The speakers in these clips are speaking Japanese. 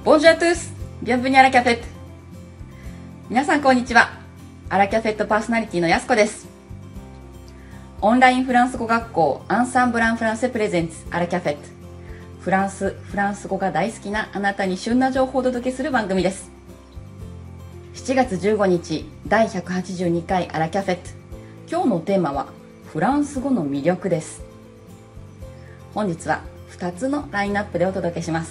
ボンジュアトゥース、ビアンブニアラキャフェット。皆さんこんにちは。アラキャフェットパーソナリティのやすこです。オンラインフランス語学校アンサンブランフランセプレゼンツアラキャフェット。フランス語が大好きなあなたに旬な情報をお届けする番組です。7月15日第182回アラキャフェット。今日のテーマはフランス語の魅力です。本日は2つのラインナップでお届けします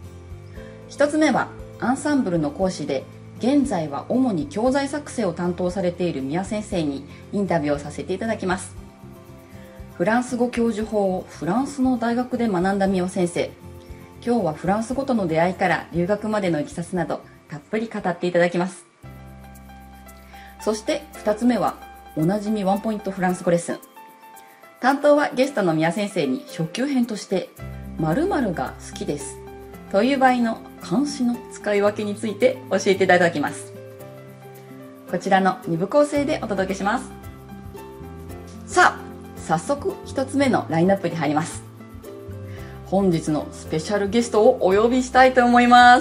。1つ目はアンサンブルの講師で現在は主に教材作成を担当されている宮先生にインタビューをさせていただきます。フランス語教授法をフランスの大学で学んだ宮先生、今日はフランス語との出会いから留学までのいきさつなどたっぷり語っていただきます。そして2つ目はおなじみワンポイントフランス語レッスン。担当はゲストの宮先生に初級編として〇〇が好きですという場合の漢詞の使い分けについて教えていただきます。こちらの2部構成でお届けします。さあ、早速1つ目のラインナップに入ります。本日のスペシャルゲストをお呼びしたいと思います。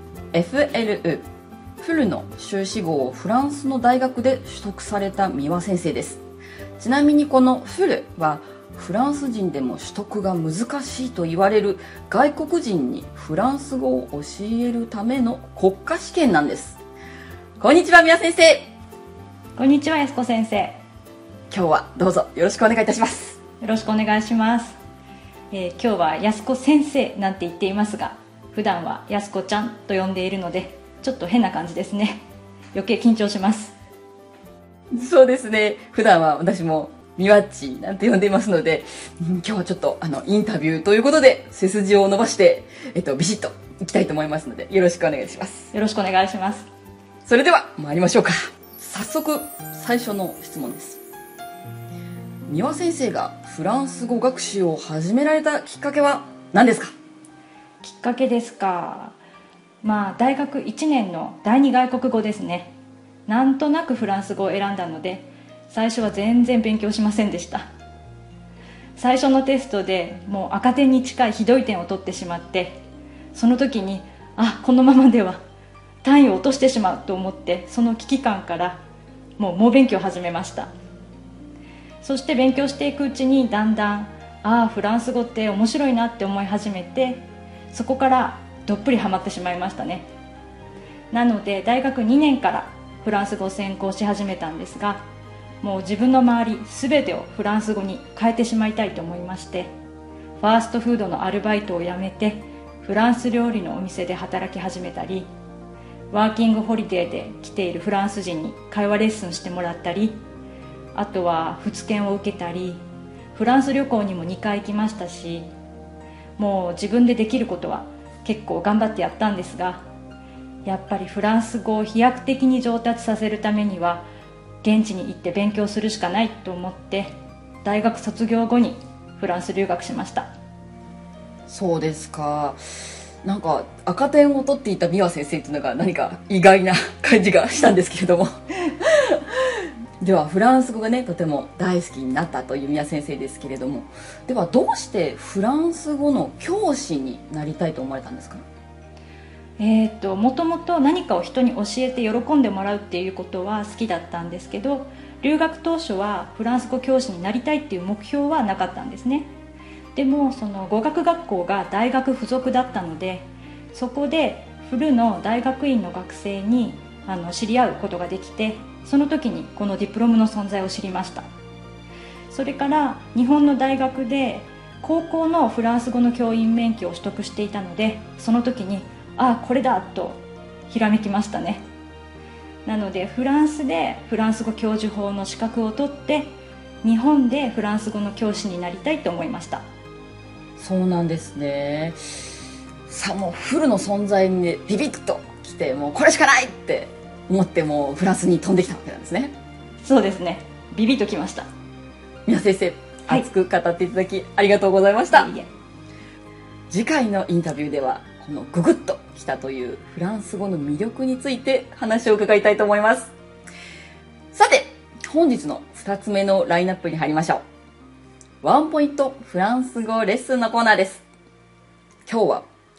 FLU フルの修士号をフランスの大学で取得された三輪先生です。ちなみにこのフルはフランス人でも取得が難しいと言われる外国人にフランス語を教えるための国家試験なんです。こんにちは、宮先生。 こんにちは、安子先生。 今日はどうぞよろしくお願いいたします。 よろしくお願いします。今日は安子先生なんて言っていますが、普段は安子ちゃんと呼んでいるのでちょっと変な感じですね。余計緊張します。 そうですね、普段は私もみわっちなんて呼んでいますので、今日はちょっとインタビューということで背筋を伸ばしてビシッといきたいと思いますのでよろしくお願いします。 よろしくお願いします。 それでは参りましょうか。早速最初の質問です。三輪先生がフランス語学習を始められたきっかけは何ですか？ きっかけですか。大学1年の第二外国語ですね。なんとなくフランス語を選んだので最初は全然勉強しませんでした。最初のテストでもう赤点に近いひどい点を取ってしまって、その時にこのままでは単位を落としてしまうと思って、その危機感から猛勉強を始めました。そして勉強していくうちにだんだんフランス語って面白いなって思い始めて、そこからどっぷりハマってしまいましたね。なので大学2年からフランス語を専攻し始めたんですが、もう自分の周り全てをフランス語に変えてしまいたいと思いまして、ファーストフードのアルバイトを辞めてフランス料理のお店で働き始めたり、ワーキングホリデーで来ているフランス人に会話レッスンしてもらったり、あとは仏研を受けたり、フランス旅行にも2回行きましたし、もう自分でできることは結構頑張ってやったんですが、やっぱりフランス語を飛躍的に上達させるためには現地に行って勉強するしかないと思って、大学卒業後にフランス留学しました。 そうですか。なんか赤点を取っていた三輪先生というのが何か意外な感じがしたんですけれどもではフランス語がねとても大好きになったという三輪先生ですけれども、ではどうしてフランス語の教師になりたいと思われたんですか？ もともと何かを人に教えて喜んでもらうっていうことは好きだったんですけど、留学当初はフランス語教師になりたいっていう目標はなかったんですね。でもその語学学校が大学附属だったので、そこでフルの大学院の学生に知り合うことができて、その時にこのディプロムの存在を知りました。それから日本の大学で高校のフランス語の教員免許を取得していたので、その時にこれだとひらめきましたね。なのでフランスでフランス語教授法の資格を取って日本でフランス語の教師になりたいと思いました。 そうなんですね。もうフルの存在に、ね、ビビッときて、もうこれしかないって思ってもうフランスに飛んできたわけなんですね。 そうですね、ビビッときました。 宮先生、熱く語っていただきありがとうございました。 いいえ。 次回のインタビューではこのググッときたというフランス語の魅力について話を伺いたいと思います。さて、本日の2つ目のラインナップに入りましょう。ワンポイントフランス語レッスンのコーナーです。今日は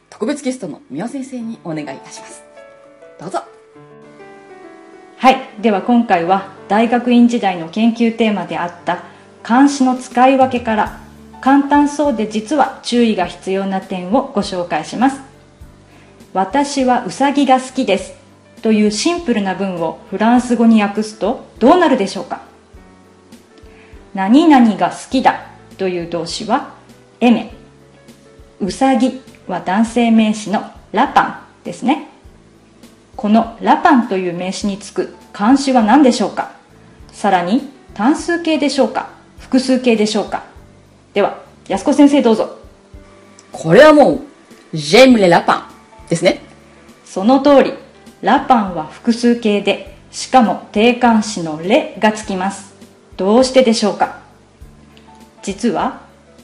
特別ゲストの三輪先生にお願いいたします。どうぞ。 はい、では今回は大学院時代の研究テーマであった漢詩の使い分けから簡単そうで実は注意が必要な点をご紹介します。私はうさぎが好きですというシンプルな文をフランス語に訳すとどうなるでしょうか。何々が好きだという動詞はエメ、うさぎは男性名詞のラパンですね。このラパンという名詞につく漢詩は何でしょうか。さらに単数形でしょうか、複数形でしょうか。では安子先生どうぞ。 これはもうj'aime les lapinsですね。 その通り、ラパンは複数形で、しかも定冠詞のレがつきます。どうしてでしょうか。実は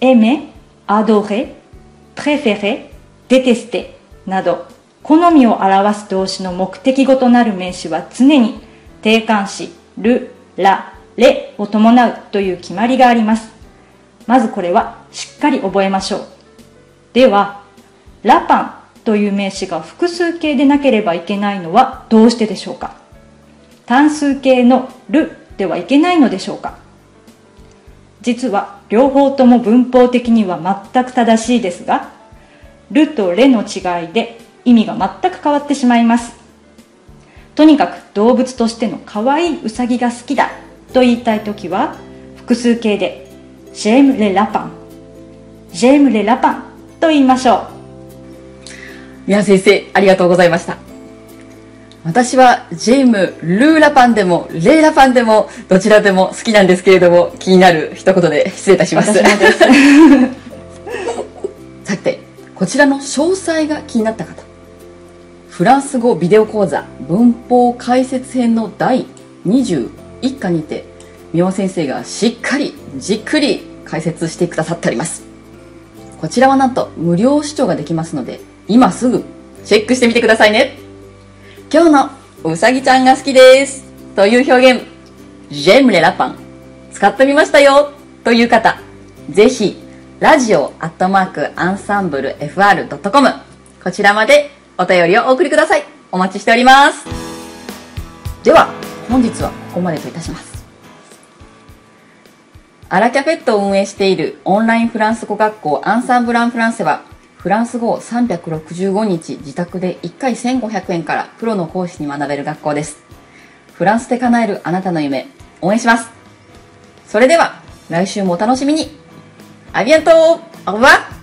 aimer、adorer、préférer、détester など好みを表す動詞の目的語となる名詞は常に定冠詞ル、ラ、レを伴うという決まりがあります。まずこれはしっかり覚えましょう。ではラパンという名詞が複数形でなければいけないのはどうしてでしょうか。単数形のルではいけないのでしょうか。実は両方とも文法的には全く正しいですが、ルとレの違いで意味が全く変わってしまいます。とにかく動物としての可愛いウサギが好きだと言いたいときは複数形でj'aime les lapins、j'aime les lapinsと言いましょう。 三輪先生、ありがとうございました。私はj'aime le lapinでもles lapinsでもどちらでも好きなんですけれども、気になる一言で失礼いたします。 私もですさて、こちらの詳細が気になった方、フランス語ビデオ講座文法解説編の第21課にて三輪先生がしっかりじっくり解説してくださっております。こちらはなんと無料視聴ができますので、今すぐチェックしてみてくださいね。今日のうさぎちゃんが好きですという表現、j'aime les lapins使ってみましたよという方、ぜひラジオ@ensemblefr.com こちらまでお便りをお送りください。お待ちしております。では本日はここまでといたします。アラキャフェットを運営しているオンラインフランス語学校アンサンブランフランセは、フランス語を365日自宅で1回1500円からプロの講師に学べる学校です。フランスで叶えるあなたの夢、応援します。それでは来週もお楽しみに。ありがとう。au revoir。